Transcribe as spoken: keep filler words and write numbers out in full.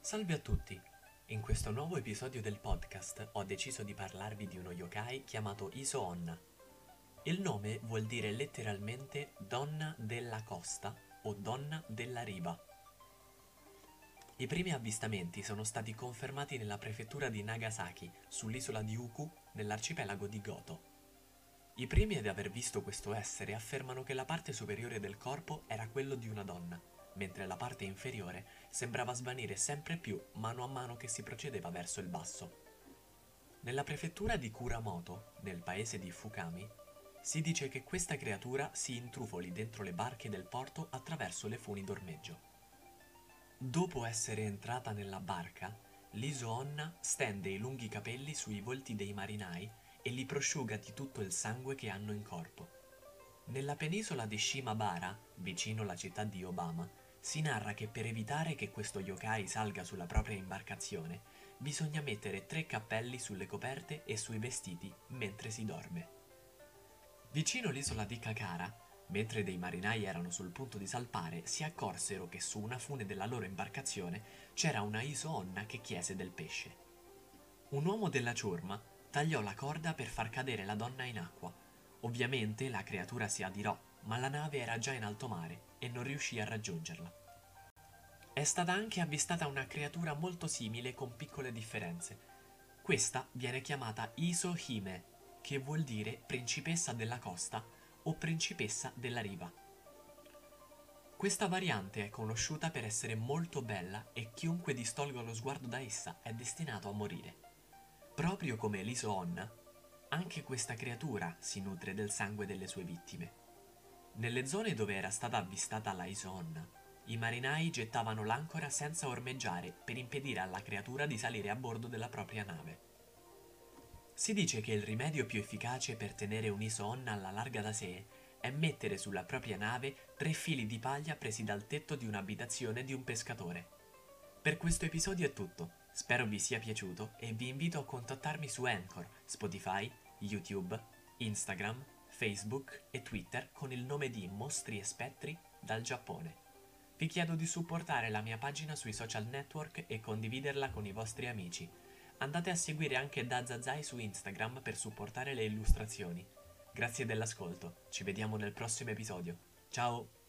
Salve a tutti! In questo nuovo episodio del podcast ho deciso di parlarvi di uno yokai chiamato Iso Onna. Il nome vuol dire letteralmente donna della costa o donna della riva. I primi avvistamenti sono stati confermati nella prefettura di Nagasaki, sull'isola di Uku, nell'arcipelago di Goto. I primi ad aver visto questo essere affermano che la parte superiore del corpo era quello di una donna, mentre la parte inferiore sembrava svanire sempre più mano a mano che si procedeva verso il basso. Nella prefettura di Kuramoto, nel paese di Fukami, si dice che questa creatura si intrufoli dentro le barche del porto attraverso le funi d'ormeggio. Dopo essere entrata nella barca, l'Iso Onna stende i lunghi capelli sui volti dei marinai e li prosciuga di tutto il sangue che hanno in corpo. Nella penisola di Shimabara, vicino la città di Obama, si narra che per evitare che questo yokai salga sulla propria imbarcazione, bisogna mettere tre cappelli sulle coperte e sui vestiti mentre si dorme. Vicino l'isola di Kakara, mentre dei marinai erano sul punto di salpare, si accorsero che su una fune della loro imbarcazione c'era una Iso Onna che chiese del pesce. Un uomo della ciurma tagliò la corda per far cadere la donna in acqua. Ovviamente la creatura si adirò, ma la nave era già in alto mare e non riuscì a raggiungerla. È stata anche avvistata una creatura molto simile con piccole differenze. Questa viene chiamata Iso Hime, che vuol dire principessa della costa o principessa della riva. Questa variante è conosciuta per essere molto bella e chiunque distolga lo sguardo da essa è destinato a morire. Proprio come l'Iso Onna, anche questa creatura si nutre del sangue delle sue vittime. Nelle zone dove era stata avvistata la Iso Onna, i marinai gettavano l'ancora senza ormeggiare per impedire alla creatura di salire a bordo della propria nave. Si dice che il rimedio più efficace per tenere un Iso Onna alla larga da sé è mettere sulla propria nave tre fili di paglia presi dal tetto di un'abitazione di un pescatore. Per questo episodio è tutto. Spero vi sia piaciuto e vi invito a contattarmi su Anchor, Spotify, YouTube, Instagram, Facebook e Twitter con il nome di Mostri e Spettri dal Giappone. Vi chiedo di supportare la mia pagina sui social network e condividerla con i vostri amici. Andate a seguire anche Dazazai su Instagram per supportare le illustrazioni. Grazie dell'ascolto, ci vediamo nel prossimo episodio. Ciao!